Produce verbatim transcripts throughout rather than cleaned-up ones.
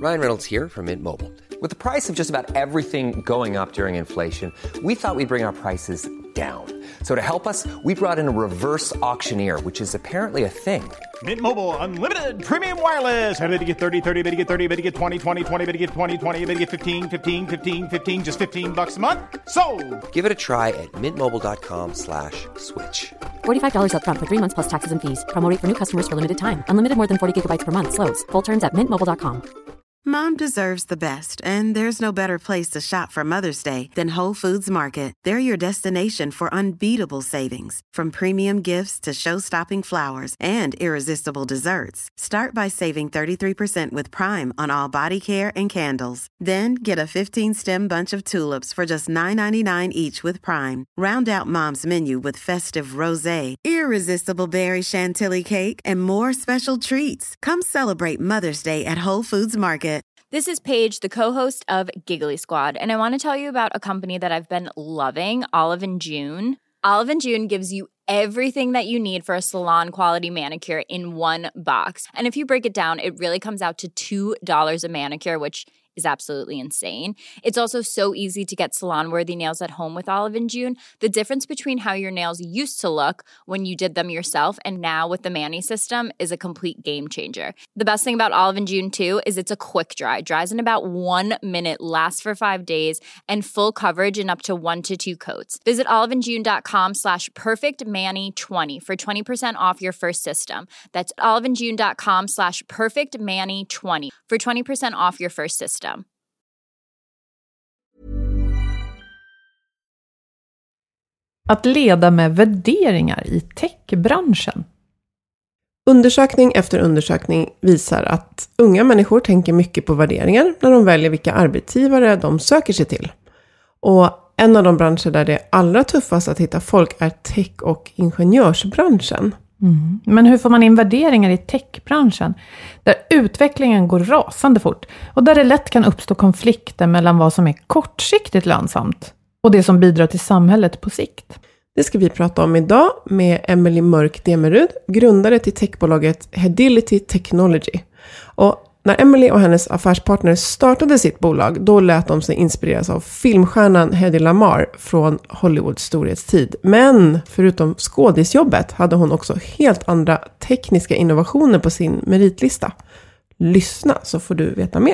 Ryan Reynolds here from Mint Mobile. With the price of just about everything going up during inflation, we thought we'd bring our prices down. So to help us, we brought in a reverse auctioneer, which is apparently a thing. Mint Mobile Unlimited Premium Wireless. How to get thirty, thirty, how to get thirty, how to get twenty, twenty, twenty, how to get twenty, twenty, how to get fifteen, fifteen, fifteen, fifteen, just fifteen bucks a month? Sold! Give it a try at mintmobile.com slash switch. forty-five dollars up front for three months plus taxes and fees. Promo rate for new customers for limited time. Unlimited more than forty gigabytes per month. Slows full terms at mint mobile dot com. Mom deserves the best, and there's no better place to shop for Mother's Day than Whole Foods Market. They're your destination for unbeatable savings, from premium gifts to show-stopping flowers and irresistible desserts. Start by saving thirty-three percent with Prime on all body care and candles. Then get a fifteen-stem bunch of tulips for just nine ninety-nine each with Prime. Round out Mom's menu with festive rosé, irresistible berry chantilly cake, and more special treats. Come celebrate Mother's Day at Whole Foods Market. This is Paige, the co-host of Giggly Squad, and I want to tell you about a company that I've been loving, Olive and June. Olive and June gives you everything that you need for a salon-quality manicure in one box. And if you break it down, it really comes out to two dollars a manicure, which is absolutely insane. It's also so easy to get salon-worthy nails at home with Olive and June. The difference between how your nails used to look when you did them yourself and now with the Mani system is a complete game changer. The best thing about Olive and June, too, is it's a quick dry. Dries in about one minute, lasts for five days, and full coverage in up to one to two coats. Visit oliveandjune.com slash perfectmani20 for twenty percent off your first system. That's oliveandjune.com slash perfectmani20 for twenty percent off your first system. Att leda med värderingar i techbranschen. Undersökning efter undersökning visar att unga människor tänker mycket på värderingar när de väljer vilka arbetsgivare de söker sig till. Och en av de branscher där det är allra tuffast att hitta folk är tech- och ingenjörsbranschen. Mm. Men hur får man in värderingar i techbranschen? Där utvecklingen går rasande fort och där det lätt kan uppstå konflikter mellan vad som är kortsiktigt lönsamt och det som bidrar till samhället på sikt. Det ska vi prata om idag med Emelie Mörk Demerud, grundare till techbolaget Hedility Technology. Och när Emelie och hennes affärspartner startade sitt bolag, då lät de sig inspireras av filmstjärnan Hedy Lamarr från Hollywoods storhetstid. Men förutom skådisjobbet hade hon också helt andra tekniska innovationer på sin meritlista. Lyssna så får du veta mer.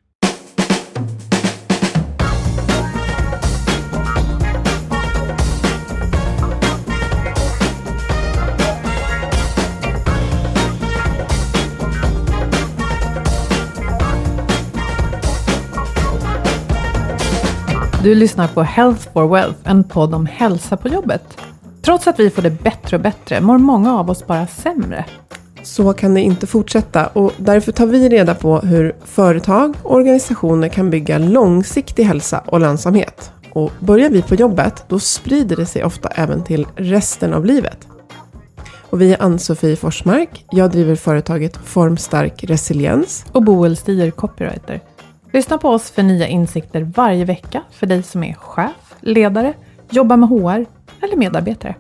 Du lyssnar på Health for Wealth, en podd om hälsa på jobbet. Trots att vi får det bättre och bättre mår många av oss bara sämre. Så kan det inte fortsätta och därför tar vi reda på hur företag och organisationer kan bygga långsiktig hälsa och lönsamhet. Och börjar vi på jobbet, då sprider det sig ofta även till resten av livet. Och vi är Ann-Sofie Forsmark. Jag driver företaget Formstark Resiliens. Och Boel Stier, copywriter. Lyssna på oss för nya insikter varje vecka för dig som är chef, ledare, jobbar med H R eller medarbetare.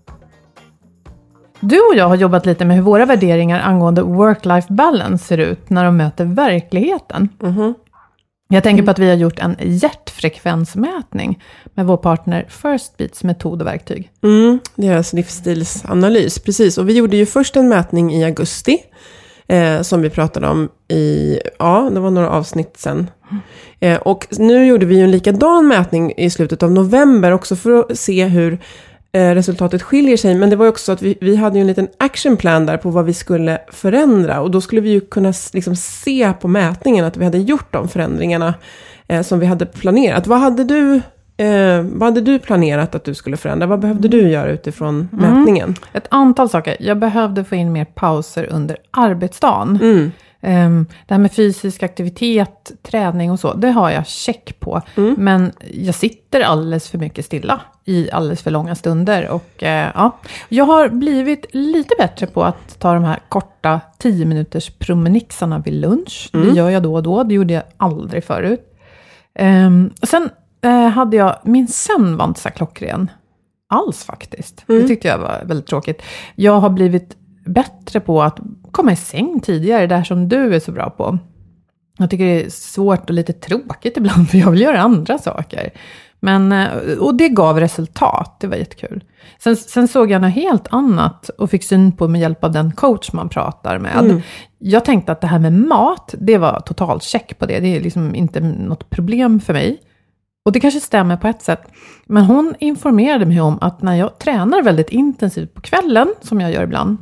Du och jag har jobbat lite med hur våra värderingar angående work-life balance ser ut när de möter verkligheten. Mm-hmm. Jag tänker på att vi har gjort en hjärtfrekvensmätning med vår partner Firstbeats metod och verktyg. Mm, deras livsstilsanalys, precis. Och vi gjorde ju först en mätning i augusti. Eh, som vi pratade om i, ja, det var några avsnitt sen. Eh, och nu gjorde vi ju en likadan mätning i slutet av november också för att se hur eh, resultatet skiljer sig. Men det var ju också så att vi, vi hade ju en liten actionplan där på vad vi skulle förändra. Och då skulle vi ju kunna liksom se på mätningen att vi hade gjort de förändringarna eh, som vi hade planerat. Vad hade du... Eh, vad hade du planerat att du skulle förändra? Vad behövde du göra utifrån mm. mätningen? Ett antal saker. Jag behövde få in mer pauser under arbetsdagen. Mm. Um, det här med fysisk aktivitet, träning och så, det har jag check på. Mm. Men jag sitter alldeles för mycket stilla i alldeles för långa stunder. Och uh, ja, jag har blivit lite bättre på att ta de här korta tio minuters promenixarna vid lunch. Mm. Det gör jag då och då. Det gjorde jag aldrig förut. Um, sen uh, hade jag, min sömn var inte så klockren alls faktiskt. Mm. Det tyckte jag var väldigt tråkigt. Jag har blivit bättre på att komma i säng tidigare, det här som du är så bra på. Jag tycker det är svårt och lite tråkigt ibland, för jag vill göra andra saker. Men, och det gav resultat, det var jättekul. Sen, sen såg jag något helt annat och fick syn på med hjälp av den coach man pratar med. Mm. Jag tänkte att det här med mat, det var totalt check på det. Det är liksom inte något problem för mig. Och det kanske stämmer på ett sätt. Men hon informerade mig om att när jag tränar väldigt intensivt på kvällen, som jag gör ibland,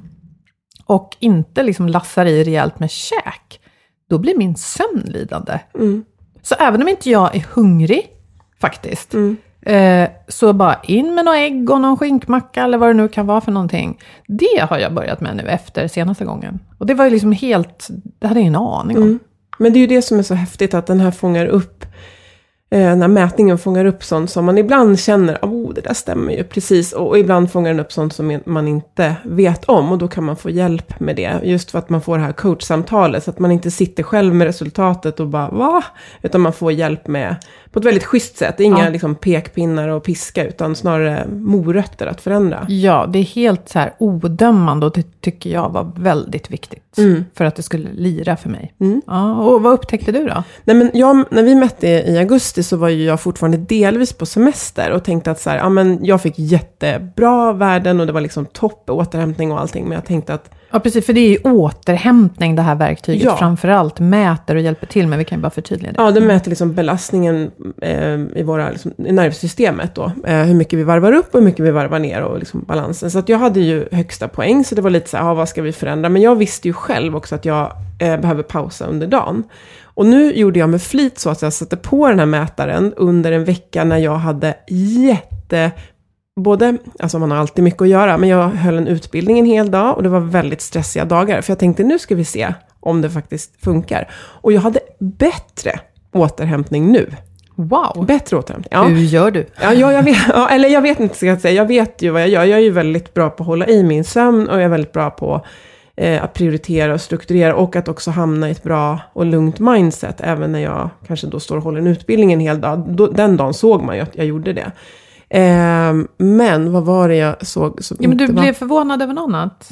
och inte liksom lassar i rejält med käk, då blir min sömn lidande. Mm. Så även om inte jag är hungrig, faktiskt, mm. eh, så bara in med några ägg och någon skinkmacka eller vad det nu kan vara för någonting. Det har jag börjat med nu efter senaste gången. Och det var ju liksom helt, det hade jag ingen aning om. Mm. Men det är ju det som är så häftigt, att den här fångar upp, eh, när mätningen fångar upp sånt som man ibland känner, oh, det där stämmer ju precis, och, och ibland fångar den upp sånt som man inte vet om, och då kan man få hjälp med det, just för att man får det här coachsamtalet, så att man inte sitter själv med resultatet och bara, va? Utan man får hjälp med, på ett väldigt schysst sätt, inga ja. liksom pekpinnar och piska, utan snarare morötter att förändra. Ja, det är helt så här odömande, och det tycker jag var väldigt viktigt, mm. för att det skulle lira för mig. Mm. Ja, och vad upptäckte du då? Nej, men jag, när vi mätte i augusti så var ju jag fortfarande delvis på semester och tänkte att så här, ja, men jag fick jättebra värden och det var liksom topp återhämtning och allting, men jag tänkte att ja, precis, för det är ju återhämtning det här verktyget ja. framförallt mäter och hjälper till, men vi kan ju bara förtydliga det. Ja, det mäter liksom belastningen eh, i våra liksom, i nervsystemet då, eh, hur mycket vi varvar upp och hur mycket vi varvar ner och liksom balansen. Så att jag hade ju högsta poäng, så det var lite så här, ja, vad ska vi förändra? Men jag visste ju själv också att jag eh, behöver pausa under dagen. Och nu gjorde jag med flit så att jag satte på den här mätaren under en vecka när jag hade jätte Både, alltså man har alltid mycket att göra, men jag höll en utbildning en hel dag och det var väldigt stressiga dagar. För jag tänkte, nu ska vi se om det faktiskt funkar. Och jag hade bättre återhämtning nu. Wow! Bättre återhämtning. Ja. Hur gör du? Ja, ja, jag vet, ja, eller jag vet inte, ska jag säga. Jag vet ju vad jag gör. Jag är ju väldigt bra på att hålla i min sömn och jag är väldigt bra på eh, att prioritera och strukturera och att också hamna i ett bra och lugnt mindset. Även när jag kanske då står och håller en utbildning en hel dag. Då, den dagen såg man ju att jag gjorde det. Eh, men vad var det jag såg som ja, men du var... blev förvånad över något annat?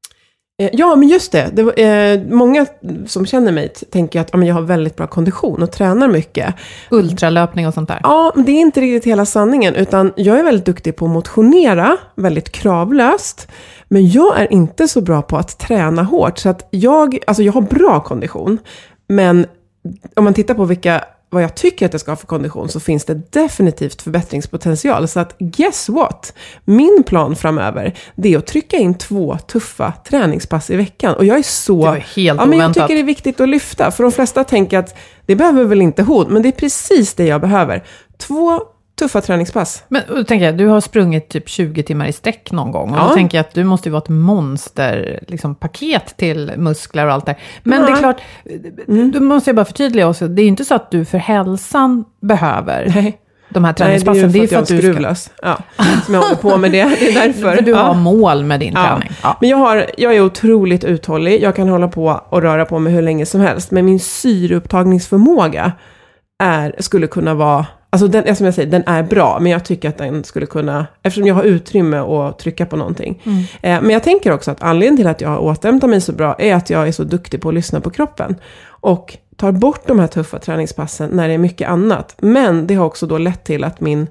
Eh, ja, men just det. det var, eh, många som känner mig t- tänker att ja, men jag har väldigt bra kondition och tränar mycket. Ultralöpning och sånt där. Ja, men det är inte riktigt hela sanningen. Utan jag är väldigt duktig på att motionera, väldigt kravlöst. Men jag är inte så bra på att träna hårt. Så att jag, alltså jag har bra kondition. Men om man tittar på vilka... vad jag tycker att jag ska ha för kondition, så finns det definitivt förbättringspotential. Så att guess what? Min plan framöver, det är att trycka in två tuffa träningspass i veckan. Och jag är så... Det var helt ja, oväntat. men jag tycker det är viktigt att lyfta. För de flesta tänker att det behöver väl inte hon, men det är precis det jag behöver. Två tuffa träningspass. Men då tänker jag, du har sprungit typ tjugo timmar i sträck någon gång. Och ja. Då tänker jag att du måste ju vara ett monster, liksom paket till muskler och allt där. Men ja. Det är klart, mm. du måste jag bara förtydliga också. Det är inte så att du för hälsan behöver Nej. De här träningspassen. Nej, det är ju för, det är för att, att jag är skruvlös. Ja, som jag håller på med det. Det är därför. För du ja. har mål med din ja. träning. Ja. Men jag, har, jag är otroligt uthållig. Jag kan hålla på och röra på mig hur länge som helst. Men min syreupptagningsförmåga är, skulle kunna vara... Alltså den, som jag säger, den är bra, men jag tycker att den skulle kunna, eftersom jag har utrymme att trycka på någonting. Mm. Eh, men jag tänker också att anledningen till att jag har återhämtat mig så bra är att jag är så duktig på att lyssna på kroppen. Och tar bort de här tuffa träningspassen när det är mycket annat. Men det har också då lett till att min,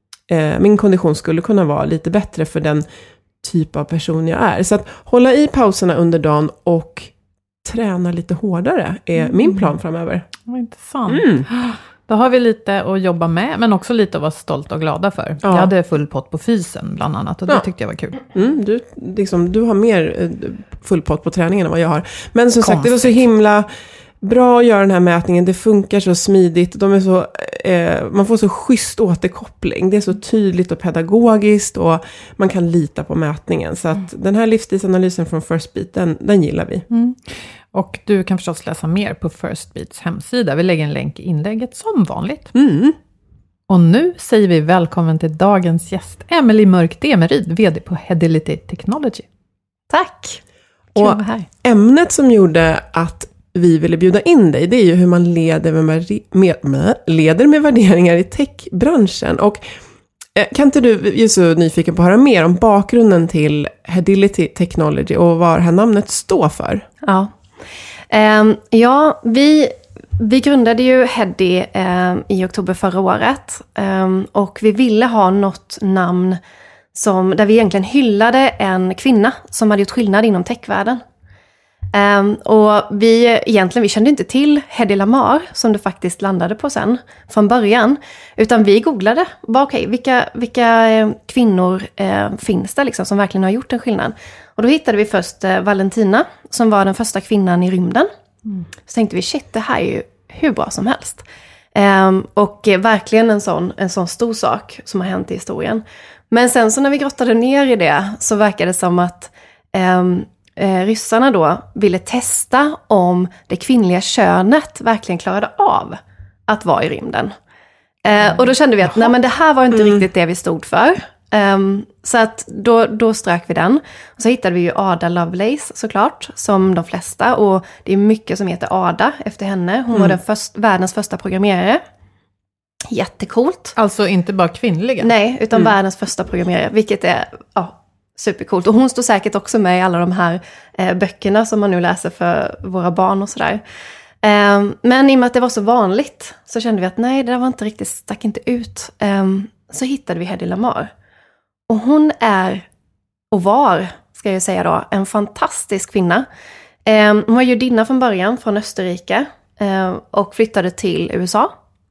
eh, min kondition skulle kunna vara lite bättre för den typ av person jag är. Så att hålla i pauserna under dagen och träna lite hårdare är mm. min plan framöver. Vad intressant. Mm. Då har vi lite att jobba med, men också lite att vara stolt och glada för. Ja. Jag hade full pott på fysen bland annat, och det ja. tyckte jag var kul. Mm, du, liksom, du har mer full pott på träningen än vad jag har. Men som Konstigt. sagt, det var så himla bra att göra den här mätningen. Det funkar så smidigt. De är så, eh, man får så schysst återkoppling. Det är så tydligt och pedagogiskt, och man kan lita på mätningen. Så att mm. den här livsstilsanalysen från First Beat, den, den gillar vi. Mm. Och du kan förstås läsa mer på First Beats hemsida. Vi lägger en länk i inlägget som vanligt. Mm. Och nu säger vi välkommen till dagens gäst, Emelie Mörk Demeryd, vd på Hedility Technology. Tack! Kul att vara här. Ämnet som gjorde att vi ville bjuda in dig, det är ju hur man leder med, med, med, leder med värderingar i techbranschen. Och eh, kan inte du, jag är så nyfiken på att höra mer om bakgrunden till Hedility Technology och vad det här namnet står för? Ja. Um, ja, vi vi grundade ju Heddy eh, i oktober förra året. Eh, och vi ville ha något namn som, där vi egentligen hyllade en kvinna som hade gjort skillnad inom techvärlden. Um, och vi, egentligen, vi kände inte till Hedy Lamarr som det faktiskt landade på sen från början. Utan vi googlade, bara okej, okay, vilka, vilka eh, kvinnor eh, finns det liksom som verkligen har gjort en skillnad? Och då hittade vi först eh, Valentina som var den första kvinnan i rymden. Mm. Så tänkte vi, shit, det här är ju hur bra som helst. Um, och eh, verkligen en sån, en sån stor sak som har hänt i historien. Men sen så när vi grottade ner i det så verkade det som att um, Eh, ryssarna då ville testa om det kvinnliga könet verkligen klarade av att vara i rymden. Eh, och då kände vi att nej, men det här var inte mm. riktigt det vi stod för. Um, så att då, då strök vi den. Och så hittade vi ju Ada Lovelace såklart, som de flesta. Och det är mycket som heter Ada efter henne. Hon mm. var den först, världens första programmerare. Jättecoolt. Alltså inte bara kvinnliga? Nej, utan mm. världens första programmerare. Vilket är... ja. Supercoolt. Och hon står säkert också med i alla de här eh, böckerna som man nu läser för våra barn och sådär. Eh, men i och med att det var så vanligt så kände vi att nej, det där var inte riktigt, stack inte ut. Eh, så hittade vi Hedy Lamarr. Och hon är, och var, ska jag säga då, en fantastisk kvinna. Eh, hon var judinna från början, från Österrike. Eh, och flyttade till U S A.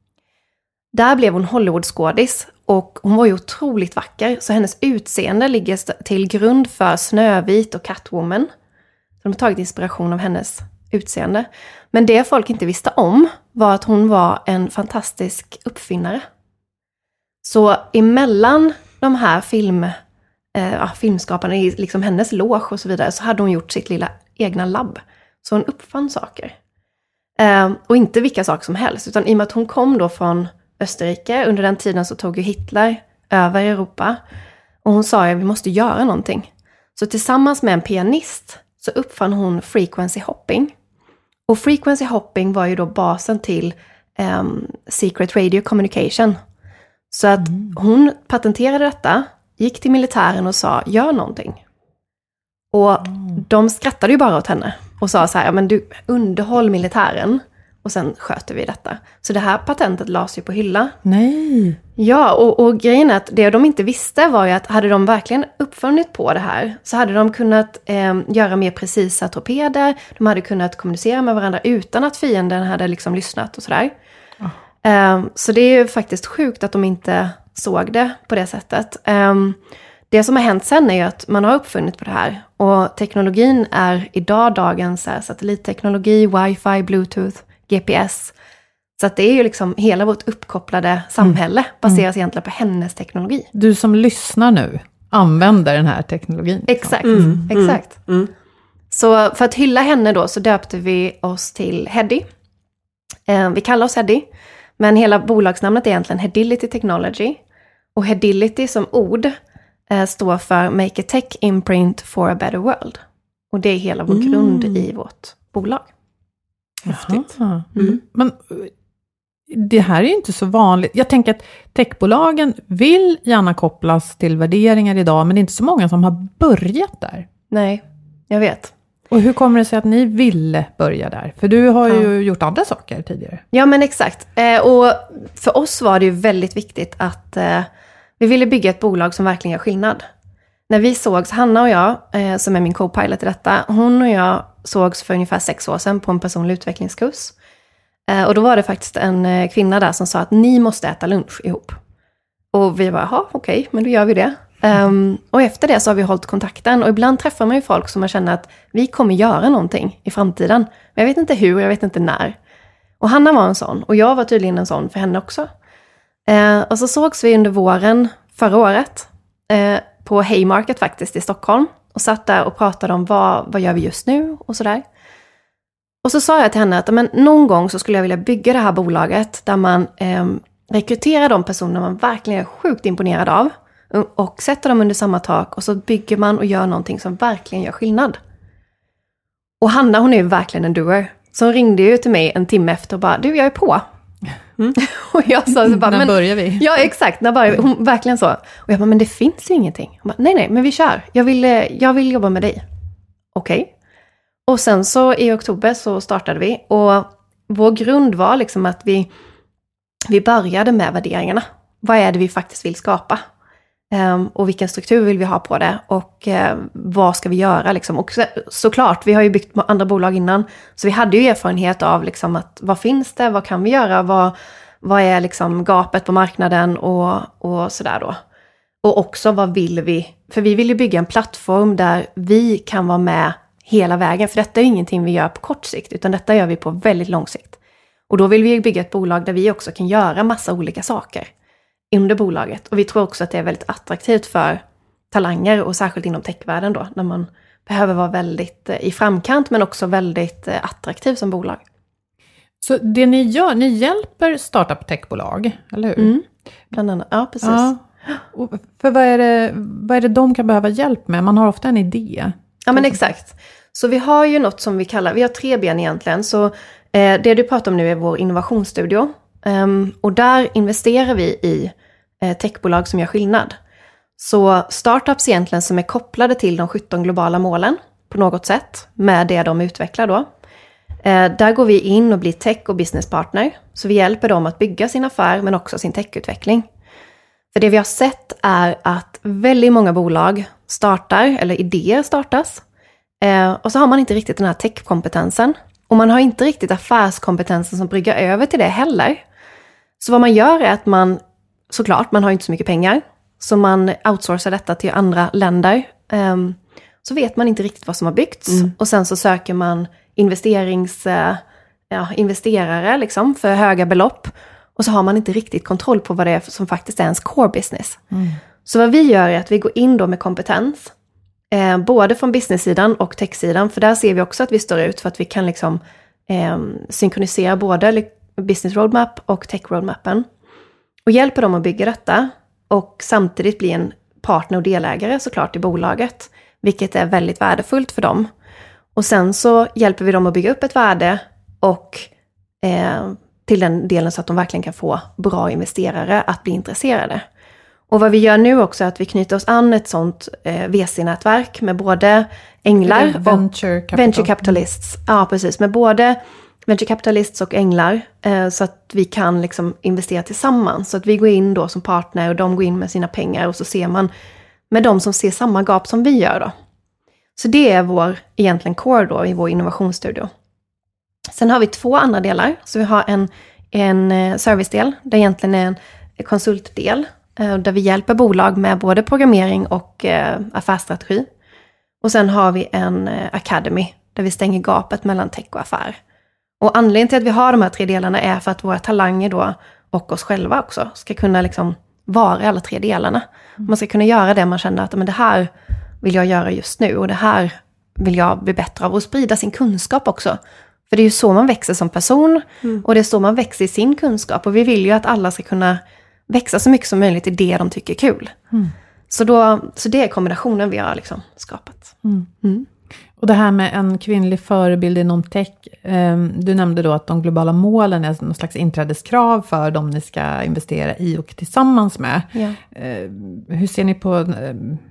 Där blev hon Hollywoodskådis. Och hon var ju otroligt vacker. Så hennes utseende ligger till grund för Snövit och Catwoman. Så de har tagit inspiration av hennes utseende. Men det folk inte visste om var att hon var en fantastisk uppfinnare. Så emellan de här film, eh, filmskaparna, liksom hennes loge och så vidare, så hade hon gjort sitt lilla egna labb. Så hon uppfann saker. Eh, och inte vilka saker som helst. Utan i och med att hon kom då från Österrike. Under den tiden så tog ju Hitler över Europa. Och hon sa att vi måste göra någonting. Så tillsammans med en pianist så uppfann hon frequency hopping. Och frequency hopping var ju då basen till um, secret radio communication. Så att mm. hon patenterade detta, gick till militären och sa, gör någonting. Och mm. de skrattade ju bara åt henne. Och sa så här, ja men du underhåll militären. Och sen sköter vi detta. Så det här patentet lades ju på hylla. Nej. Ja, och, och grejen är att det de inte visste var ju att hade de verkligen uppfunnit på det här så hade de kunnat eh, göra mer precisa torpeder. De hade kunnat kommunicera med varandra utan att fienden hade liksom lyssnat och sådär. Oh. Eh, så det är ju faktiskt sjukt att de inte såg det på det sättet. Eh, det som har hänt sen är ju att man har uppfunnit på det här. Och teknologin är idag dagens här, satellitteknologi, wifi, bluetooth, G P S. Så att det är ju liksom hela vårt uppkopplade samhälle mm. baseras mm. egentligen på hennes teknologi. Du som lyssnar nu använder den här teknologin. Exakt, mm. exakt. Mm. Så för att hylla henne då så döpte vi oss till Heddy. Eh, vi kallar oss Heddy. Men hela bolagsnamnet är egentligen Hedility Technology. Och Hedility som ord eh, står för Make a Tech Imprint for a Better World. Och det är hela vår mm. grund i vårt bolag. Häftigt. Mm. Men det här är ju inte så vanligt. Jag tänker att techbolagen vill gärna kopplas till värderingar idag, men det är inte så många som har börjat där. Nej, jag vet. Och hur kommer det sig att ni ville börja där? För du har ju ja. gjort andra saker tidigare. Ja, men exakt. Eh, och för oss var det ju väldigt viktigt att eh, vi ville bygga ett bolag som verkligen gör skillnad. När vi sågs, Hanna och jag, eh, som är min co-pilot i detta, hon och jag sågs för ungefär sex år sedan på en personlig utvecklingskurs. Eh, och då var det faktiskt en eh, kvinna där som sa att ni måste äta lunch ihop. Och vi bara, ja okej, okay, men då gör vi det. Um, och efter det så har vi hållit kontakten. Och ibland träffar man ju folk som man känner att vi kommer göra någonting i framtiden. Men jag vet inte hur, jag vet inte när. Och Hanna var en sån. Och jag var tydligen en sån för henne också. Uh, och så sågs vi under våren förra året. Uh, på Haymarket faktiskt i Stockholm. Och satt där och pratade om vad, vad gör vi just nu och sådär. Och så sa jag till henne att men, någon gång så skulle jag vilja bygga det här bolaget. Där man um, rekryterar de personer man verkligen är sjukt imponerad av. Och sätter dem under samma tak. Och så bygger man och gör någonting som verkligen gör skillnad. Och Hanna, hon är ju verkligen en doer. Så hon ringde ju till mig en timme efter och bara, du jag är på. Mm. Och jag sa så bara, när men, börjar vi? Ja exakt, när börjar vi? Hon, verkligen så. Och jag bara, men det finns ju ingenting. Hon bara, nej nej, men vi kör. Jag vill, jag vill jobba med dig. Okej. Okay. Och sen så i oktober så startade vi. Och vår grund var liksom att vi, vi började med värderingarna. Vad är det vi faktiskt vill skapa? Um, och vilken struktur vill vi ha på det? Och uh, vad ska vi göra? Liksom? Och så, såklart, vi har ju byggt andra bolag innan. Så vi hade ju erfarenhet av liksom att vad finns det? Vad kan vi göra? Vad, vad är liksom gapet på marknaden? Och, och sådär då. Och också vad vill vi? För vi vill ju bygga en plattform där vi kan vara med hela vägen. För detta är ju ingenting vi gör på kort sikt. Utan detta gör vi på väldigt lång sikt. Och då vill vi ju bygga ett bolag där vi också kan göra massa olika saker under bolaget. Och vi tror också att det är väldigt attraktivt för talanger och särskilt inom techvärlden då. När man behöver vara väldigt i framkant men också väldigt attraktiv som bolag. Så det ni gör, ni hjälper startup techbolag, eller hur? Mm, bland annat, ja precis. Ja. Och för vad är, det, vad är det de kan behöva hjälp med? Man har ofta en idé. Ja men exakt. Så vi har ju något som vi kallar, vi har tre ben egentligen. Så eh, det du pratar om nu är vår innovationsstudio. Um, och där investerar vi i eh, techbolag som gör skillnad. Så startups egentligen som är kopplade till de sjutton globala målen på något sätt med det de utvecklar då. Eh, där går vi in och blir tech- och businesspartner. Så vi hjälper dem att bygga sin affär men också sin techutveckling. För det vi har sett är att väldigt många bolag startar, eller idéer startas. Eh, och så har man inte riktigt den här techkompetensen. Och man har inte riktigt affärskompetensen som bryggar över till det heller. Så vad man gör är att man, såklart, man har inte så mycket pengar. Så man outsourcar detta till andra länder. Um, så vet man inte riktigt vad som har byggts. Mm. Och sen så söker man investerings, uh, ja, investerare liksom, för höga belopp. Och så har man inte riktigt kontroll på vad det är som faktiskt är ens core business. Mm. Så vad vi gör är att vi går in då med kompetens. Eh, både från business-sidan och tech-sidan. För där ser vi också att vi står ut för att vi kan liksom, eh, synkronisera både business roadmap och tech roadmappen. Och hjälper dem att bygga detta. Och samtidigt bli en partner och delägare såklart i bolaget. Vilket är väldigt värdefullt för dem. Och sen så hjälper vi dem att bygga upp ett värde. Och eh, till den delen så att de verkligen kan få bra investerare att bli intresserade. Och vad vi gör nu också är att vi knyter oss an ett sånt eh, V C-nätverk med både änglar och venture, capital. venture capitalists. Ja, precis. Med både venture capitalists och änglar. Eh, så att vi kan liksom investera tillsammans. Så att vi går in då som partner och de går in med sina pengar. Och så ser man med de som ser samma gap som vi gör då. Så det är vår egentligen core då i vår innovationsstudio. Sen har vi två andra delar. Så vi har en, en servicedel. Det egentligen är en konsultdel. Där vi hjälper bolag med både programmering och eh, affärsstrategi. Och sen har vi en eh, academy där vi stänger gapet mellan tech och affär. Och anledningen till att vi har de här tre delarna är för att våra talanger då och oss själva också ska kunna liksom vara i alla tre delarna. Mm. Man ska kunna göra det man känner att men det här vill jag göra just nu och det här vill jag bli bättre av och sprida sin kunskap också. För det är ju så man växer som person mm. och det är så man växer i sin kunskap. Och vi vill ju att alla ska kunna växa så mycket som möjligt i det de tycker är kul. Mm. Så, då, så det är kombinationen vi har liksom skapat. Mm. Mm. Och det här med en kvinnlig förebild inom tech. Eh, du nämnde då att de globala målen är någon slags inträdeskrav för dem ni ska investera i och tillsammans med. Ja. Eh, hur ser ni på, eh,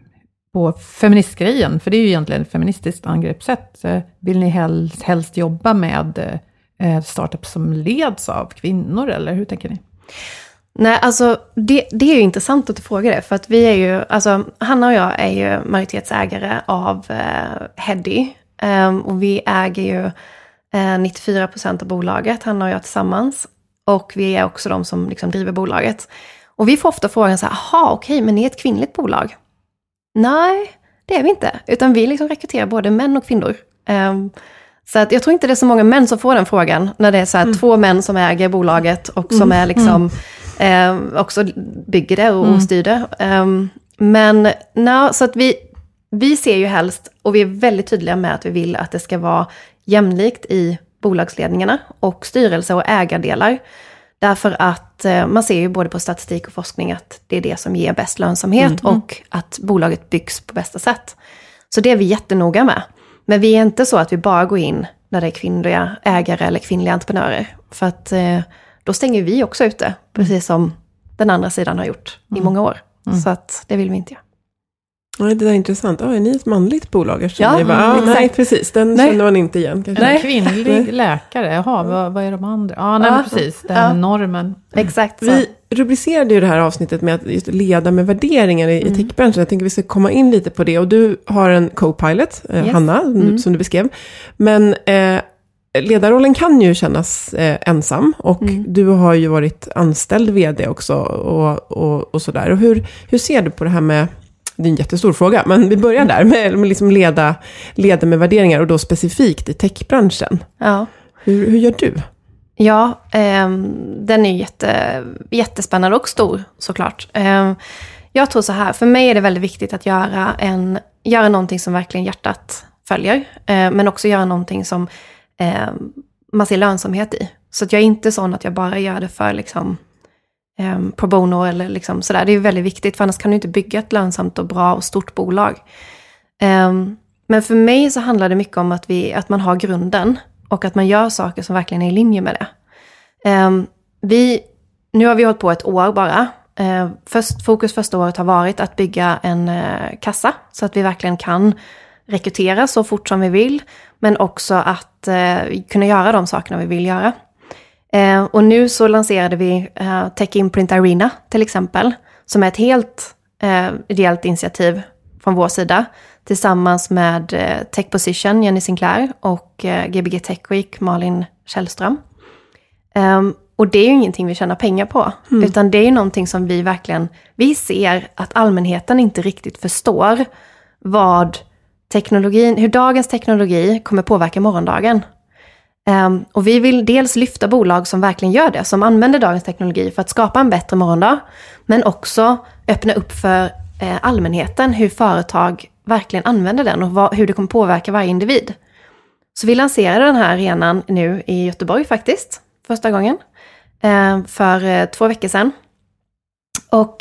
på feministgrejen? För det är ju egentligen ett feministiskt angreppssätt. Eh, vill ni helst, helst jobba med eh, startups som leds av kvinnor eller hur tänker ni? Nej, alltså det, det är ju intressant att du frågar det. För att vi är ju, alltså Hanna och jag är ju majoritetsägare av eh, Heddy. Um, och vi äger ju eh, nittiofyra procent av bolaget, Hanna och jag tillsammans. Och vi är också de som liksom driver bolaget. Och vi får ofta frågan så här, aha okej, men ni är ett kvinnligt bolag? Nej, det är vi inte. Utan vi liksom rekryterar både män och kvinnor. Um, Så att jag tror inte det är så många män som får den frågan. När det är så här mm. två män som äger bolaget och som mm. är liksom eh, också bygger det och, mm. och styr det. Um, men no, så att vi, vi ser ju helst, och vi är väldigt tydliga med att vi vill att det ska vara jämlikt i bolagsledningarna och styrelse och ägardelar. Därför att eh, man ser ju både på statistik och forskning att det är det som ger bäst lönsamhet mm. och att bolaget byggs på bästa sätt. Så det är vi jättenoga med. Men vi är inte så att vi bara går in när det är kvinnliga ägare eller kvinnliga entreprenörer. För att eh, då stänger vi också ute, precis som den andra sidan har gjort mm. i många år. Mm. Så att det vill vi inte göra. Ja, det där är intressant. Ja, är ni ett manligt bolag? Ja, bara, ah, nej, precis. Den nej. känner man inte igen. Kanske. Nej. Kvinnlig läkare, jaha, vad, vad är de andra? Ja, nej, Ja. men precis, det här med normen. Exakt så. Vi rubricerade ju det här avsnittet med att just leda med värderingar i, mm. i techbranschen. Jag tänker vi ska komma in lite på det. Och du har en co-pilot, eh, Yes. Hanna, Mm. som du beskrev. Men eh, ledarrollen kan ju kännas eh, ensam. Och Mm. du har ju varit anställd vd också och, och, och sådär. Och hur, hur ser du på det här med... Det är en jättestor fråga, men vi börjar där med, med liksom leda, leda med värderingar och då specifikt i techbranschen. Ja. Hur, hur gör du? Ja, eh, den är jätte, jättespännande och stor såklart. Eh, jag tror så här, för mig är det väldigt viktigt att göra, en, göra någonting som verkligen hjärtat följer. Eh, men också göra någonting som eh, man ser lönsamhet i. Så att jag är inte sån att jag bara gör det för liksom, eh, pro bono eller liksom sådär. Det är väldigt viktigt, för annars kan du inte bygga ett lönsamt och bra och stort bolag. Eh, men för mig så handlar det mycket om att, vi, att man har grunden. Och att man gör saker som verkligen är i linje med det. Um, vi, nu har vi hållit på ett år bara. Uh, först, fokus första året har varit att bygga en uh, kassa. Så att vi verkligen kan rekrytera så fort som vi vill. Men också att uh, kunna göra de sakerna vi vill göra. Uh, och nu så lanserade vi uh, Tech Imprint Arena till exempel. Som är ett helt uh, ideellt initiativ från vår sida. Tillsammans med eh, Tech Position, Jenny Sinclair, och eh, G B G Tech Week, Malin Källström. Um, och det är ju ingenting vi tjänar pengar på. Mm. Utan det är ju någonting som vi verkligen, vi ser att allmänheten inte riktigt förstår vad teknologin, hur dagens teknologi kommer påverka morgondagen. Um, och vi vill dels lyfta bolag som verkligen gör det, som använder dagens teknologi för att skapa en bättre morgondag. Men också öppna upp för eh, allmänheten, hur företag verkligen använder den och vad, hur det kommer påverka varje individ. Så vi lanserade den här arenan nu i Göteborg faktiskt, första gången, eh, för eh, två veckor sedan. Och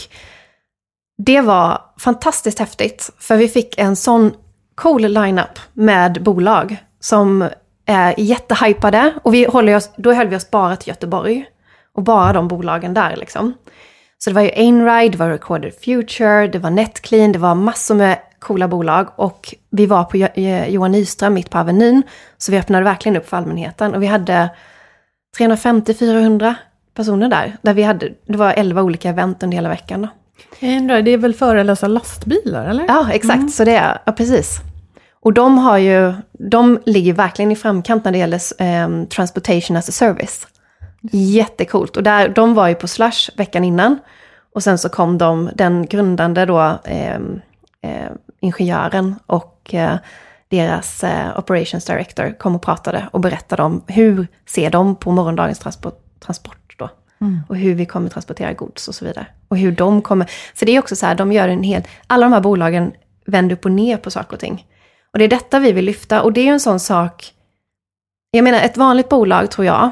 det var fantastiskt häftigt, för vi fick en sån cool lineup med bolag som är jättehypade, och vi håller oss, då höll vi oss bara till Göteborg och bara de bolagen där liksom. Så det var ju Einride, det var Recorded Future, det var Netclean, det var massor med coola bolag, och vi var på Johan Nyström mitt på Avenyn, så vi öppnade verkligen upp för allmänheten, och vi hade trehundrafemtio till fyrahundra personer där, där vi hade, det var elva olika event under hela veckan då. Det är väl förelösa lastbilar, eller? Ja, exakt, mm. Så det är, ja precis. Och de har ju, de ligger verkligen i framkant när det gäller um, transportation as a service. Jättekult. Och där, de var ju på Slush veckan innan. Och sen så kom de, den grundande då, eh, eh, ingenjören och eh, deras eh, operations director kom och pratade och berättade om hur ser de på morgondagens transport, transport då. Mm. Och hur vi kommer transportera gods och så vidare. Och hur de kommer, för det är också så här, de gör en hel, alla de här bolagen vänder upp och ner på saker och ting. Och det är detta vi vill lyfta. Och det är ju en sån sak, jag menar ett vanligt bolag tror jag,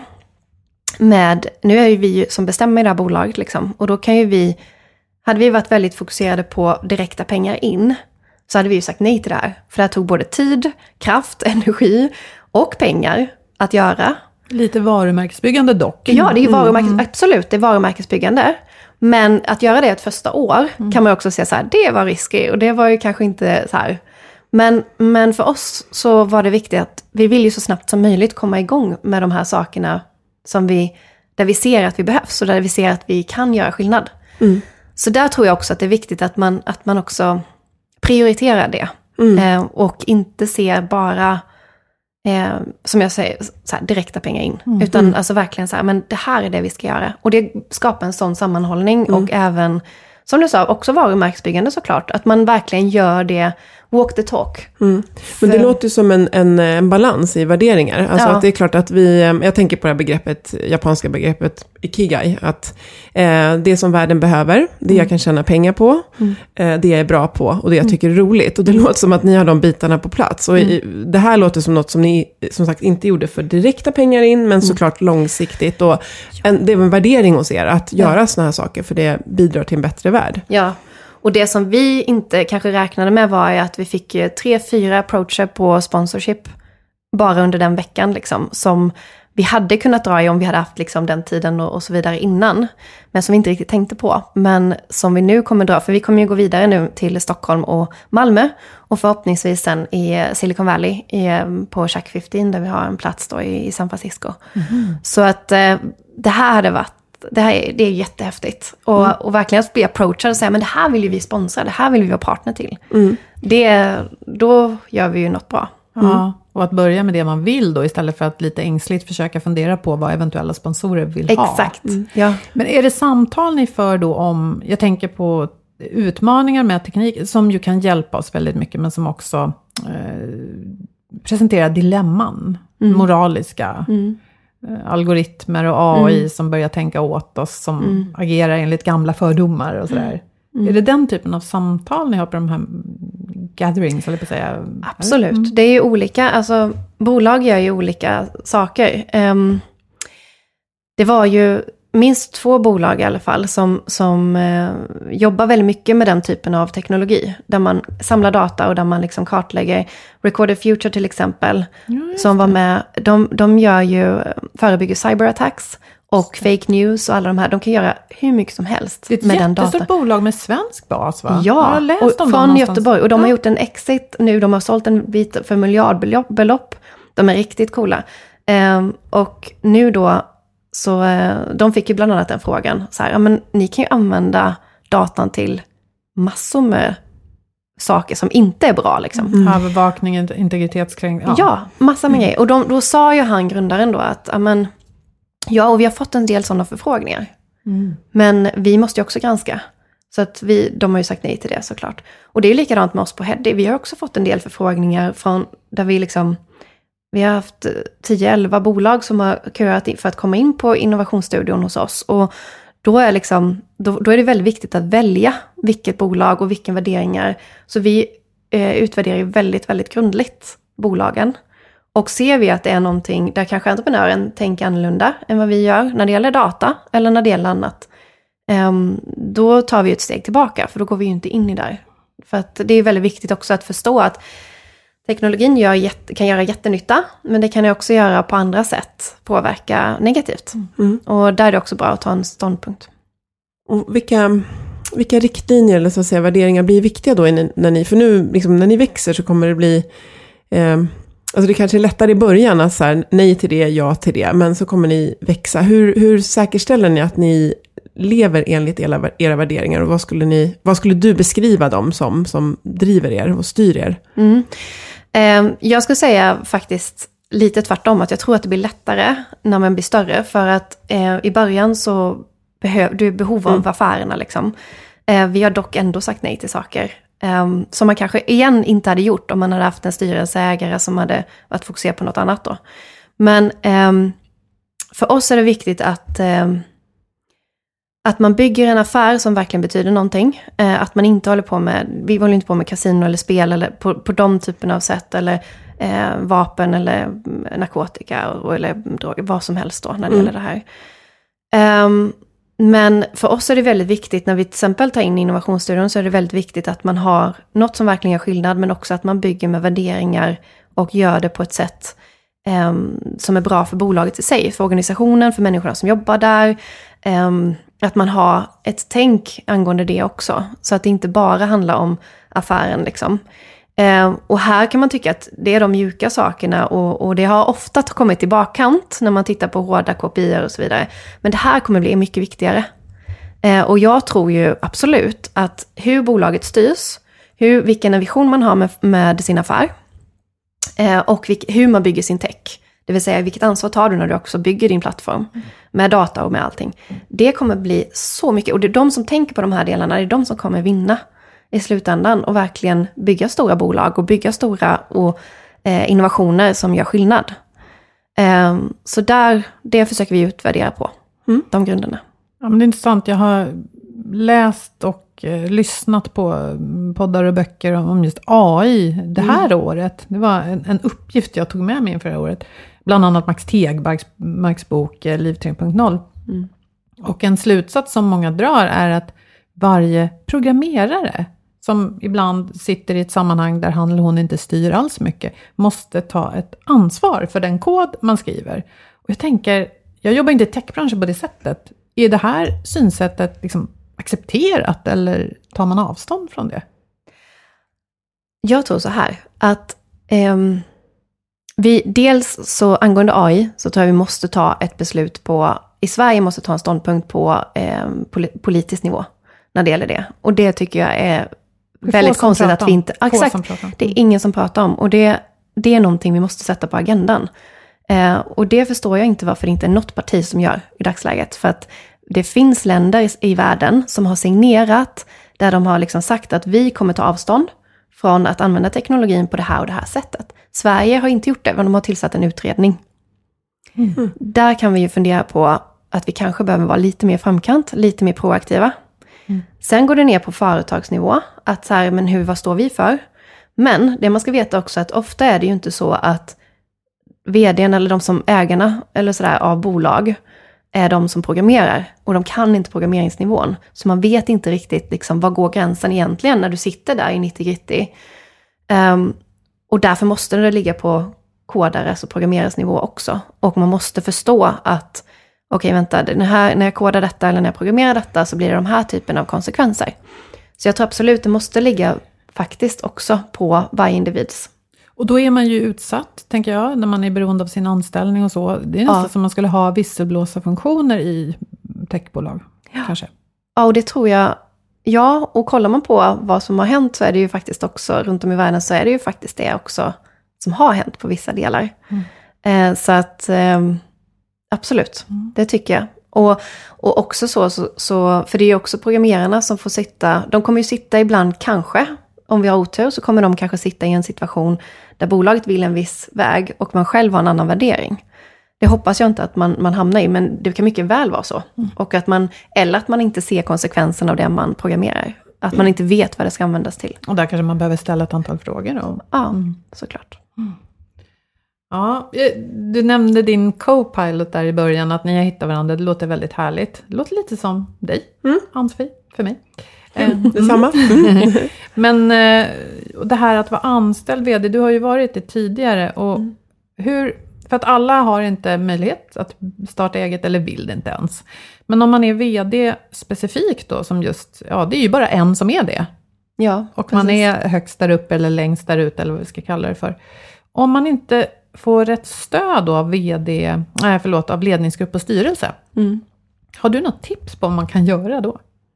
med, nu är ju vi som bestämmer i det här bolaget liksom, och då kan ju vi, hade vi varit väldigt fokuserade på direkta pengar in, så hade vi ju sagt nej till det här. För det här tog både tid, kraft, energi och pengar att göra. Lite varumärkesbyggande dock. Ja, det är ju varumärkes, mm. absolut, det är varumärkesbyggande. Men att göra det ett första år mm. kan man också säga så här, det var risky, och det var ju kanske inte så här. Men, men för oss så var det viktigt att vi vill ju så snabbt som möjligt komma igång med de här sakerna som vi, där vi ser att vi behövs och där vi ser att vi kan göra skillnad. Mm. Så där tror jag också att det är viktigt att man, att man också prioriterar det. Mm. Eh, och inte ser bara, eh, som jag säger, så här, direkta pengar in. Mm. Utan mm. alltså verkligen så här, men det här är det vi ska göra. Och det skapar en sån sammanhållning mm. och även, som du sa, också varumärkesbyggande såklart. Att man verkligen gör det, walk the talk. Mm. Men det låter ju som en, en, en balans i värderingar. Alltså ja. Att det är klart att vi, jag tänker på det här begreppet, japanska begreppet ikigai. Att eh, det som världen behöver, det mm. jag kan tjäna pengar på, mm. eh, det jag är bra på och det jag tycker är roligt. Och det låter som att ni har de bitarna på plats. Och mm. i, det här låter som något som ni som sagt inte gjorde för direkta pengar in, men såklart mm. långsiktigt. Och en, det är en värdering hos er att göra ja. såna här saker, för det bidrar till en bättre värld. Ja. Och det som vi inte kanske räknade med var att vi fick tre, fyra approacher på sponsorship bara under den veckan liksom, som vi hade kunnat dra i om vi hade haft liksom den tiden och, och så vidare innan. Men som vi inte riktigt tänkte på. Men som vi nu kommer dra, för vi kommer ju gå vidare nu till Stockholm och Malmö. Och förhoppningsvis sen i Silicon Valley i, på Shack femton där vi har en plats då i, i San Francisco. Mm. Så att eh, det här hade varit, det, här är, det är jättehäftigt. Och, mm. och verkligen att bli approachad och säga, men det här vill ju vi sponsra, det här vill vi vara partner till. Mm. Det, då gör vi ju något bra. Mm. Ja, och att börja med det man vill då istället för att lite ängsligt försöka fundera på vad eventuella sponsorer vill Exakt. ha. Exakt, mm. ja. Men är det samtal ni för då om, jag tänker på utmaningar med teknik som ju kan hjälpa oss väldigt mycket men som också eh, presenterar dilemman, mm. moraliska mm. eh, algoritmer och A I mm. som börjar tänka åt oss, som mm. agerar enligt gamla fördomar och sådär. Mm. Är det den typen av samtal ni har på de här gatherings, eller på att säga? Absolut, mm. det är ju olika, alltså bolag gör ju olika saker. Um, det var ju minst två bolag i alla fall som, som uh, jobbar väldigt mycket med den typen av teknologi. Där man samlar data och där man liksom kartlägger. Recorded Future till exempel, ja, som var med, de, de gör ju, förebygger cyberattacks. Och fake news och alla de här, de kan göra hur mycket som helst med den datan. Det är ett jättestort bolag med svensk bas, va? Ja, och från Göteborg. Och de ja. har gjort en exit nu, de har sålt en bit för miljardbelopp. De är riktigt coola. Um, och nu då, så uh, de fick ju bland annat den frågan. Så här, ja men ni kan ju använda datan till massor med saker som inte är bra liksom. Mm. Övervakning, integritetskränkning. Ja. ja, massa med mm. grejer. Och de, då sa ju han, grundaren då, att ja men... Ja, och vi har fått en del sådana förfrågningar. Mm. Men vi måste ju också granska. Så att vi, de har ju sagt nej till det såklart. Och det är ju likadant med oss på Heddy. Vi har också fått en del förfrågningar från där vi liksom... Vi har haft tio elva bolag som har körat för att komma in på innovationsstudion hos oss. Och då är, liksom, då, då är det väldigt viktigt att välja vilket bolag och vilka värderingar. Så vi eh, utvärderar ju väldigt, väldigt grundligt bolagen. Och ser vi att det är någonting där kanske entreprenören tänker annorlunda än vad vi gör när det gäller data eller när det gäller annat. Um, då tar vi ett steg tillbaka, för då går vi ju inte in i där. För att det är väldigt viktigt också att förstå att teknologin gör jätte, kan göra jättenytta, men det kan ju också göra på andra sätt, påverka negativt. Mm. Och där är det också bra att ta en ståndpunkt. Och vilka, vilka riktlinjer eller så att säga värderingar blir viktiga då när ni, för nu liksom, när ni växer så kommer det bli... Eh, Alltså det kanske är lättare i början att så här, nej till det, ja till det. Men så kommer ni växa. Hur, hur säkerställer ni att ni lever enligt era, era värderingar? Och vad skulle, ni, vad skulle du beskriva dem som, som driver er och styr er? Mm. Eh, jag skulle säga faktiskt lite tvärtom. Att jag tror att det blir lättare när man blir större. För att eh, i början så behöver du behov av mm. affärerna. Liksom. Eh, vi har dock ändå sagt nej till saker. Um, som man kanske igen inte hade gjort om man hade haft en styrelseägare som hade varit fokuserad på något annat då. Men um, för oss är det viktigt att, um, att man bygger en affär som verkligen betyder någonting. Uh, att man inte håller på med, vi håller inte på med kasino eller spel eller på, på de typerna av sätt. Eller uh, vapen eller narkotika och, eller droger, vad som helst då när det mm. gäller det här. Um, Men för oss är det väldigt viktigt, när vi till exempel tar in innovationsstudion, så är det väldigt viktigt att man har något som verkligen gör skillnad, men också att man bygger med värderingar och gör det på ett sätt eh, som är bra för bolaget i sig, för organisationen, för människorna som jobbar där. Eh, att man har ett tänk angående det också, så att det inte bara handlar om affären liksom. Eh, och här kan man tycka att det är de mjuka sakerna, och, och det har ofta kommit i bakkant när man tittar på hårda kopior och så vidare. Men det här kommer bli mycket viktigare. Eh, och jag tror ju absolut att hur bolaget styrs, hur, vilken vision man har med, med sin affär eh, och vilk, hur man bygger sin tech. Det vill säga vilket ansvar tar du när du också bygger din plattform med data och med allting. Det kommer bli så mycket, och det är de som tänker på de här delarna, det är de som kommer vinna i slutändan och verkligen bygga stora bolag och bygga stora och, eh, innovationer som gör skillnad. Eh, så där, det försöker vi utvärdera på, mm. de grunderna. Ja, men det är intressant. Jag har läst och eh, lyssnat på poddar och böcker om just A I det här mm. året. Det var en, en uppgift jag tog med mig inför det här året. Bland annat Max Tegmarks bok eh, Liv tre punkt noll. Mm. Och en slutsats som många drar är att varje programmerare som ibland sitter i ett sammanhang där han eller hon inte styr alls mycket, måste ta ett ansvar för den kod man skriver. Och jag tänker, jag jobbar inte i techbranschen på det sättet. Är det här synsättet liksom accepterat eller tar man avstånd från det? Jag tror så här, att ehm, vi, dels så angående A I så tror jag vi måste ta ett beslut på, i Sverige måste ta en ståndpunkt på eh, politisk nivå när det gäller det. Och det tycker jag är väldigt konstigt att vi inte... Exakt, det är ingen som pratar om. Och det, det är någonting vi måste sätta på agendan. Eh, och det förstår jag inte varför det inte är något parti som gör i dagsläget. För att det finns länder i, i världen som har signerat, där de har liksom sagt att vi kommer ta avstånd från att använda teknologin på det här och det här sättet. Sverige har inte gjort det, men de har tillsatt en utredning. Mm. Där kan vi ju fundera på att vi kanske behöver vara lite mer framkant, lite mer proaktiva. Mm. Sen går det ner på företagsnivå, att så här, men hur, vad står vi för? Men det man ska veta också att ofta är det ju inte så att vdn eller de som ägarna eller sådär av bolag är de som programmerar. Och de kan inte programmeringsnivån. Så man vet inte riktigt liksom, vad går gränsen egentligen när du sitter där i nittio-gritty. Um, och därför måste det ligga på kodares och programmerares-nivå också. Och man måste förstå att okej, okay, vänta, när, här, när jag kodar detta eller när jag programmerar detta så blir det de här typen av konsekvenser. Så jag tror absolut det måste ligga faktiskt också på varje individs. Och då är man ju utsatt, tänker jag, när man är beroende av sin anställning och så. Det är nästan ja. som man skulle ha visselblåsarfunktioner i techbolag, ja. kanske. Ja, och det tror jag, ja, och kollar man på vad som har hänt så är det ju faktiskt också, runt om i världen så är det ju faktiskt det också som har hänt på vissa delar. Mm. Eh, så att, eh, absolut, mm. det tycker jag. Och, och också så, så, så, för det är ju också programmerarna som får sitta, de kommer ju sitta ibland kanske, om vi har otur så kommer de kanske sitta i en situation där bolaget vill en viss väg och man själv har en annan värdering. Det hoppas jag inte att man, man hamnar i, men det kan mycket väl vara så. Mm. Och att man, eller att man inte ser konsekvensen av det man programmerar. Att man inte vet vad det ska användas till. Och där kanske man behöver ställa ett antal frågor då. Ja, mm. såklart. Mm. Ja, du nämnde din co-pilot där i början, att ni har hittat varandra. Det låter väldigt härligt. Det låter lite som dig, mm. Ann-Sofie, för mig. Mm, detsamma. Men det här att vara anställd vd, du har ju varit det tidigare. Och mm. hur, för att alla har inte möjlighet att starta eget eller vill det inte ens. Men om man är vd specifikt då, som just, ja det är ju bara en som är det. Ja, och precis. Man är högst där uppe eller längst där ute eller vad vi ska kalla det för. Om man inte får rätt stöd då av vd, nej förlåt, av ledningsgrupp och styrelse. Mm. Har du något tips på vad man kan göra då?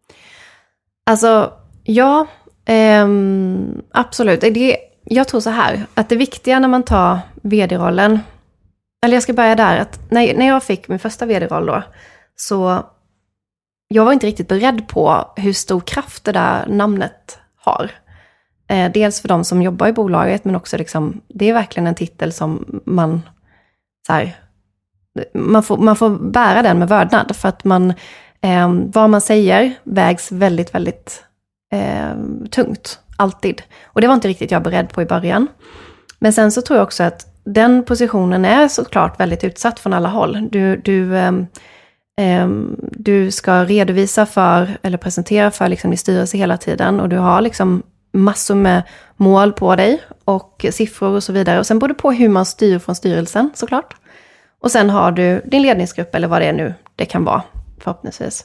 Alltså, ja, eh, absolut. Det, jag tror så här, att det viktiga när man tar vd-rollen, eller jag ska börja där, att när, när jag fick min första vd-roll då, så jag var inte riktigt beredd på hur stor kraft det där namnet har. Eh, dels för de som jobbar i bolaget, men också liksom, det är verkligen en titel som man, så här, man får, man får bära den med vördnad, för att man... Eh, vad man säger vägs väldigt, väldigt eh, tungt, alltid. Och det var inte riktigt jag beredd på i början. Men sen så tror jag också att den positionen är såklart väldigt utsatt från alla håll. Du, du, eh, eh, du ska redovisa för, eller presentera för liksom din styrelse hela tiden. Och du har liksom massor med mål på dig och siffror och så vidare. Och sen både på hur man styr från styrelsen såklart. Och sen har du din ledningsgrupp eller vad det är nu det kan vara. Förhoppningsvis.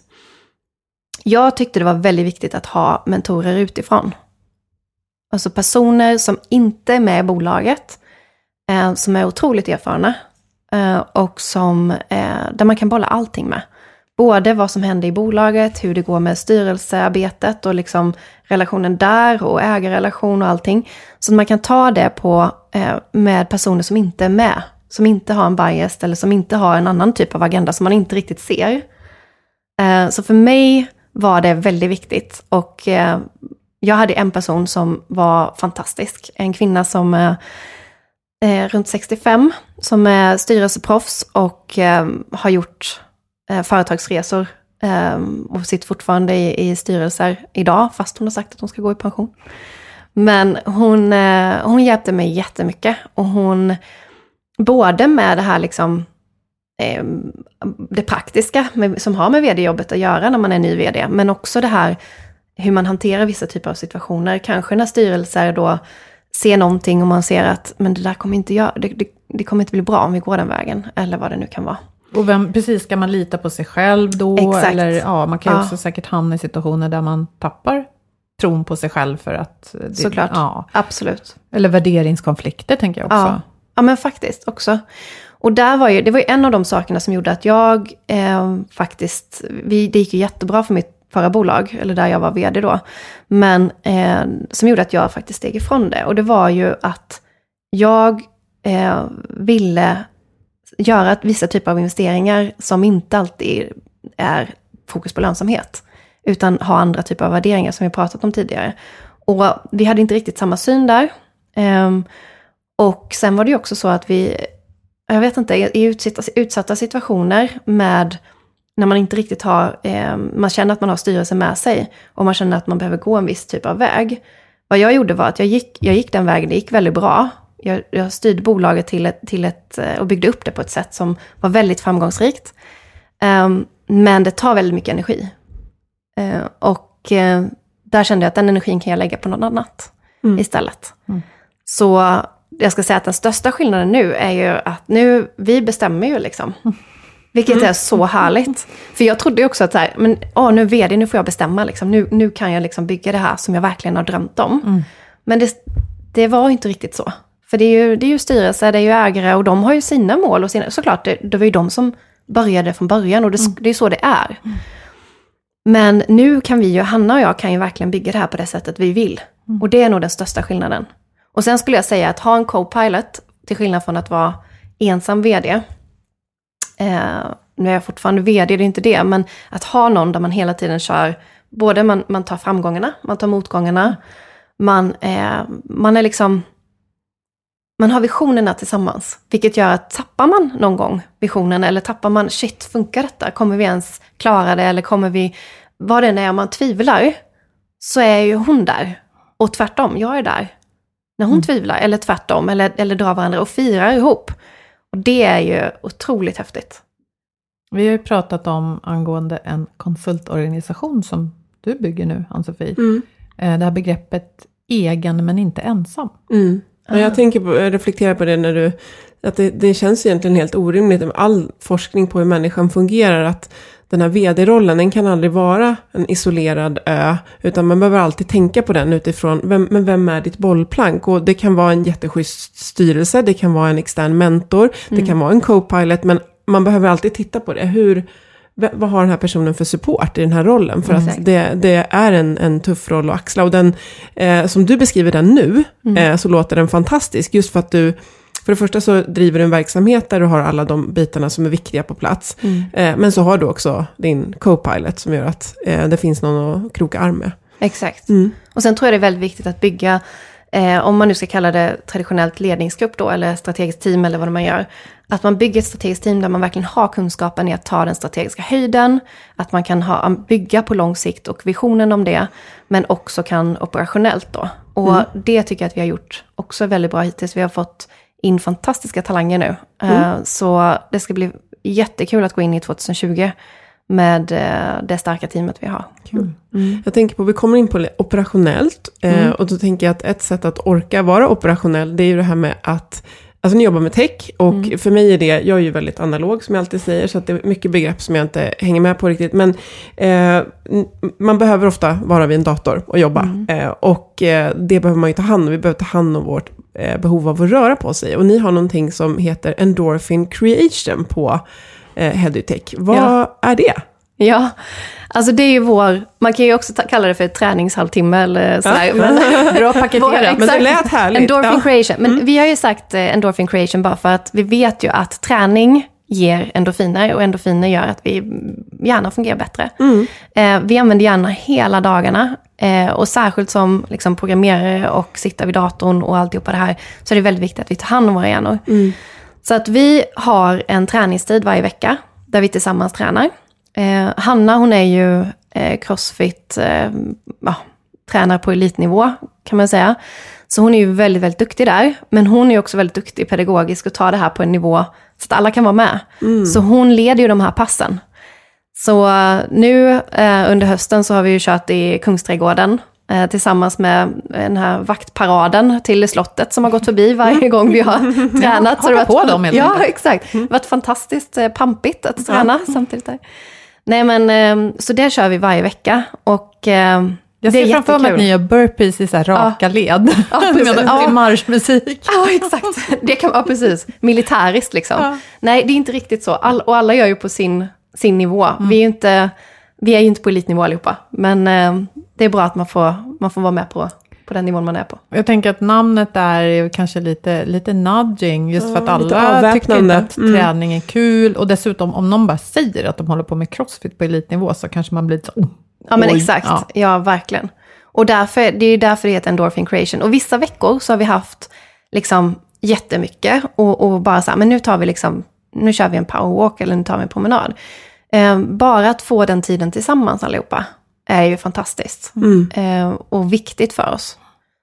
Jag tyckte det var väldigt viktigt att ha mentorer utifrån. Alltså personer som inte är med i bolaget. Eh, som är otroligt erfarna. Eh, och som, eh, där man kan bolla allting med. Både vad som händer i bolaget, hur det går med styrelsearbetet och liksom relationen där och ägarrelation och allting. Så man kan ta det på, eh, med personer som inte är med. Som inte har en bias eller som inte har en annan typ av agenda som man inte riktigt ser. Så för mig var det väldigt viktigt. Och jag hade en person som var fantastisk. En kvinna som är runt sextiofem. Som är styrelseproffs och har gjort företagsresor. Och sitter fortfarande i styrelser idag. Fast hon har sagt att hon ska gå i pension. Men hon, hon hjälpte mig jättemycket. Och hon, både med det här liksom... det praktiska med, som har med vd-jobbet att göra när man är ny vd, men också det här hur man hanterar vissa typer av situationer. Kanske när styrelser då ser någonting och man ser att men det där kommer inte göra, det, det, det kommer inte bli bra om vi går den vägen. Eller vad det nu kan vara. Och vem, precis, ska man lita på sig själv då? Exakt. Eller ja, man kan ju ja. också säkert hamna i situationer där man tappar tron på sig själv för att... Det, Såklart, ja. absolut. Eller värderingskonflikter tänker jag också. Ja. ja, men faktiskt också. Och där var ju, det var ju en av de sakerna som gjorde att jag eh, faktiskt... Vi, det gick ju jättebra för mitt förra bolag, eller där jag var vd då. Men eh, som gjorde att jag faktiskt steg ifrån det. Och det var ju att jag eh, ville göra vissa typer av investeringar som inte alltid är fokus på lönsamhet. Utan ha andra typer av värderingar som vi pratat om tidigare. Och vi hade inte riktigt samma syn där. Um, och sen var det ju också så att vi, jag vet inte, i utsatta, utsatta situationer med, när man inte riktigt har, um, man känner att man har styrelsen med sig. Och man känner att man behöver gå en viss typ av väg. Vad jag gjorde var att jag gick, jag gick den vägen, det gick väldigt bra. Jag, jag styrde bolaget till ett, till ett, och byggde upp det på ett sätt som var väldigt framgångsrikt. Um, men det tar väldigt mycket energi. Uh, och uh, där kände jag att den energin kan jag lägga på något annat mm. istället. Mm. Så jag ska säga att den största skillnaden nu är ju att nu, vi bestämmer ju liksom. Mm. Vilket mm. är så härligt. För jag trodde ju också att så här, men åh, nu är vd, nu får jag bestämma liksom. Nu, nu kan jag liksom bygga det här som jag verkligen har drömt om. Mm. Men det, det var inte riktigt så. För det är ju, det är ju styrelse, det är ju ägare och de har ju sina mål. Och sina, såklart, det, det var ju de som började från början och det, mm. det är så det är. Mm. Men nu kan vi ju, Hanna och jag kan ju verkligen bygga det här på det sättet vi vill. Mm. Och det är nog den största skillnaden. Och sen skulle jag säga att ha en co-pilot, till skillnad från att vara ensam vd. Eh, nu är jag fortfarande vd, det är inte det. Men att ha någon där man hela tiden kör, både man, man tar framgångarna, man tar motgångarna. Man, eh, man är liksom, man har visionerna tillsammans. Vilket gör att tappar man någon gång visionen, eller tappar man, shit, funkar detta? Kommer vi ens klara det? Eller kommer vi, vad det än är, om man tvivlar, så är ju hon där. Och tvärtom, jag är där. När hon mm. tvivlar, eller tvärtom, eller, eller drar varandra och firar ihop. Och det är ju otroligt häftigt. Vi har ju pratat om angående en konsultorganisation som du bygger nu, Ann-Sofie. Mm. Det här begreppet egen men inte ensam. Mm. Ja, jag tänker på, jag reflekterar på det när du, att det, det känns egentligen helt orimligt med all forskning på hur människan fungerar, att den här vd-rollen, den kan aldrig vara en isolerad ö, utan man behöver alltid tänka på den utifrån, vem, men vem är ditt bollplank? Och det kan vara en jätteschysst styrelse, det kan vara en extern mentor, mm. det kan vara en co-pilot, men man behöver alltid titta på det. Hur, vad har den här personen för support i den här rollen? För Exakt. att det, det är en, en tuff roll att axla. Och den, eh, som du beskriver den nu, mm. eh, så låter den fantastisk. Just för att du, för det första så driver du en verksamhet där du har alla de bitarna som är viktiga på plats. Mm. Eh, men så har du också din co-pilot som gör att eh, det finns någon att kroka arm med. Exakt. Mm. Och sen tror jag det är väldigt viktigt att bygga, eh, om man nu ska kalla det traditionellt ledningsgrupp då, eller strategiskt team eller vad man gör, att man bygger ett strategiskt team där man verkligen har kunskapen i att ta den strategiska höjden, att man kan ha, bygga på lång sikt och visionen om det, men också kan operationellt då. Och mm. det tycker jag att vi har gjort också väldigt bra hittills. Vi har fått in fantastiska talanger nu. Mm. Så det ska bli jättekul att gå in i tjugohundratjugo med det starka teamet vi har. Kul. Mm. Jag tänker på, vi kommer in på operationellt, mm. och då tänker jag att ett sätt att orka vara operationell, det är ju det här med att, alltså ni jobbar med tech, och mm. för mig är det, jag är ju väldigt analog som jag alltid säger, så att det är mycket begrepp som jag inte hänger med på riktigt, men eh, man behöver ofta vara vid en dator och jobba, mm. eh, och eh, det behöver man ju ta hand om, vi behöver ta hand om vårt eh, behov av att röra på sig, och ni har någonting som heter Endorphin Creation på eh, Hedutech. Vad ja. är det? Ja, alltså det är ju vår, man kan ju också ta, kalla det för träningshalvtimme eller sådär. Ja, men, bra paketerat, men det lät härligt. Endorphin ja. creation, men mm. vi har ju sagt eh, endorphin creation bara för att vi vet ju att träning ger endorfiner, och endorfiner gör att vi hjärnan fungerar bättre. Mm. Eh, vi använder hjärnan hela dagarna, eh, och särskilt som liksom, programmerare och sitta vid datorn och alltihopa det här, så är det väldigt viktigt att vi tar hand om våra hjärnor. Mm. Så att vi har en träningstid varje vecka där vi tillsammans tränar. Eh, Hanna, hon är ju eh, crossfit, eh, ja, tränar på elitnivå kan man säga. Så hon är ju väldigt, väldigt duktig där. Men hon är ju också väldigt duktig pedagogisk och tar det här på en nivå så att alla kan vara med. Mm. Så hon leder ju de här passen. Så uh, nu uh, under hösten så har vi ju kört i Kungsträdgården. Eh, tillsammans med den här vaktparaden till slottet som har gått förbi varje gång vi har tränat. Ja, så det var på dem helt Ja, enkelt. exakt. Det har varit fantastiskt eh, pampigt att träna ja. samtidigt där. Nej, men eh, så det kör vi varje vecka. Och eh, jag ser framför mig att ni gör burpees i så här raka ja. led. Ja, precis. Med ja. marschmusik. Ja, exakt. Det kan vara precis militäriskt liksom. Ja. Nej, det är inte riktigt så. All, och alla gör ju på sin, sin nivå. Mm. Vi är ju inte, vi är ju inte på elitnivå allihopa. Men eh, det är bra att man får, man får vara med på, på den nivån man är på. Jag tänker att namnet är kanske lite, lite nudging. Just ja, för att alla tycker att mm. träning är kul. Och dessutom om någon bara säger att de håller på med crossfit på elitnivå så kanske man blir så... Oh. Ja, men exakt. Ja. ja, verkligen. Och därför, det är därför det heter endorphin creation. Och vissa veckor så har vi haft liksom jättemycket. Och, och bara så här, men nu tar vi liksom, nu kör vi en powerwalk eller nu tar vi en promenad. Eh, bara att få den tiden tillsammans allihopa är ju fantastiskt. Mm. Eh, och viktigt för oss.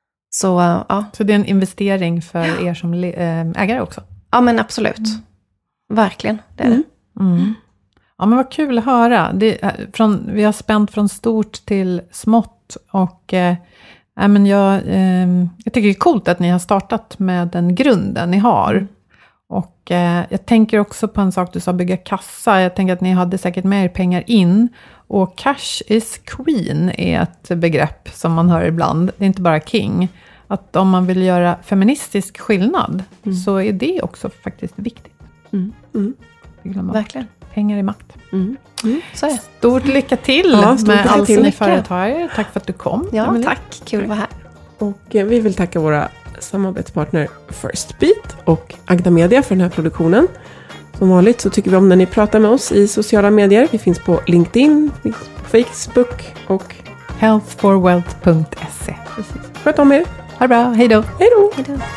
Så, uh, ja. Så det är en investering för ja. er som le- äh, ägare också? Ja, men absolut. Mm. Verkligen, det är mm. det. Mm. Ja, men vad kul att höra. Det, från, vi har spänt från stort till smått. Och eh, men jag, eh, jag tycker det är coolt att ni har startat med den grunden ni har. Mm. Och eh, jag tänker också på en sak du sa, bygga kassa. Jag tänker att ni hade säkert mer pengar in. Och cash is queen är ett begrepp som man hör ibland. Det är inte bara king. Att om man vill göra feministisk skillnad mm. så är det också faktiskt viktigt. Mm. Mm. Verkligen. Pengar i makt. Mm. Mm. Så är det. Stort lycka till ja, stort med allt till. ni företagare. Tack för att du kom. Ja, Emelie. tack. Kul att vara här. Och eh, vi vill tacka våra samarbetspartner First Beat och Agda Media för den här produktionen. Som vanligt så tycker vi om när ni pratar med oss i sociala medier. Vi finns på LinkedIn, finns på Facebook och health for wealth punkt se. Sköt om er. Ha det bra. Hej då. Hej då. Hej då.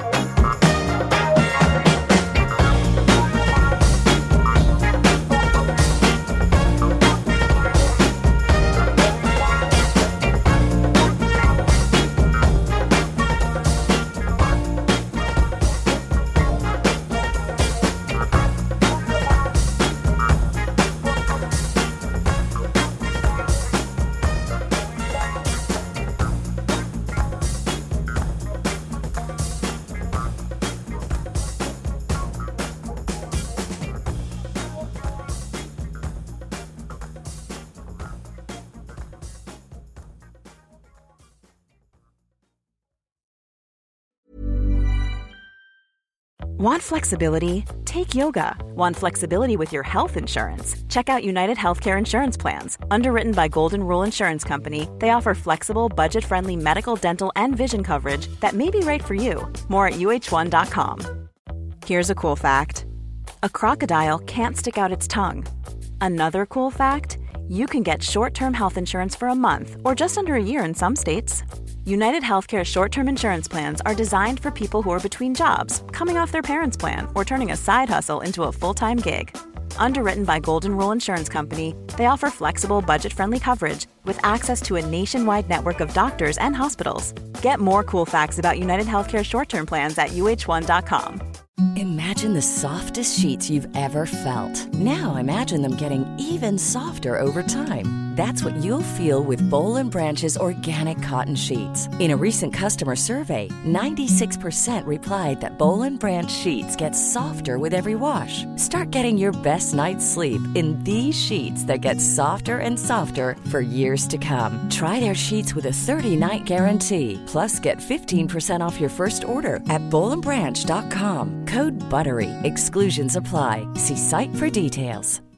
Want flexibility? Take yoga. Want flexibility with your health insurance? Check out United Healthcare Insurance Plans. Underwritten by Golden Rule Insurance Company, they offer flexible, budget-friendly medical, dental, and vision coverage that may be right for you. More at U H one dot com. Here's a cool fact. A crocodile can't stick out its tongue. Another cool fact, you can get short-term health insurance for a month or just under a year in some states. United Healthcare short-term insurance plans are designed for people who are between jobs, coming off their parents' plan, or turning a side hustle into a full-time gig. Underwritten by Golden Rule Insurance Company, they offer flexible, budget-friendly coverage with access to a nationwide network of doctors and hospitals. Get more cool facts about United Healthcare short-term plans at U H one dot com. Imagine the softest sheets you've ever felt. Now imagine them getting even softer over time. That's what you'll feel with Boll and Branch's organic cotton sheets. In a recent customer survey, ninety-six percent replied that Boll and Branch sheets get softer with every wash. Start getting your best night's sleep in these sheets that get softer and softer for years to come. Try their sheets with a thirty-night guarantee. Plus, get fifteen percent off your first order at boll and branch dot com. Code BUTTERY. Exclusions apply. See site for details.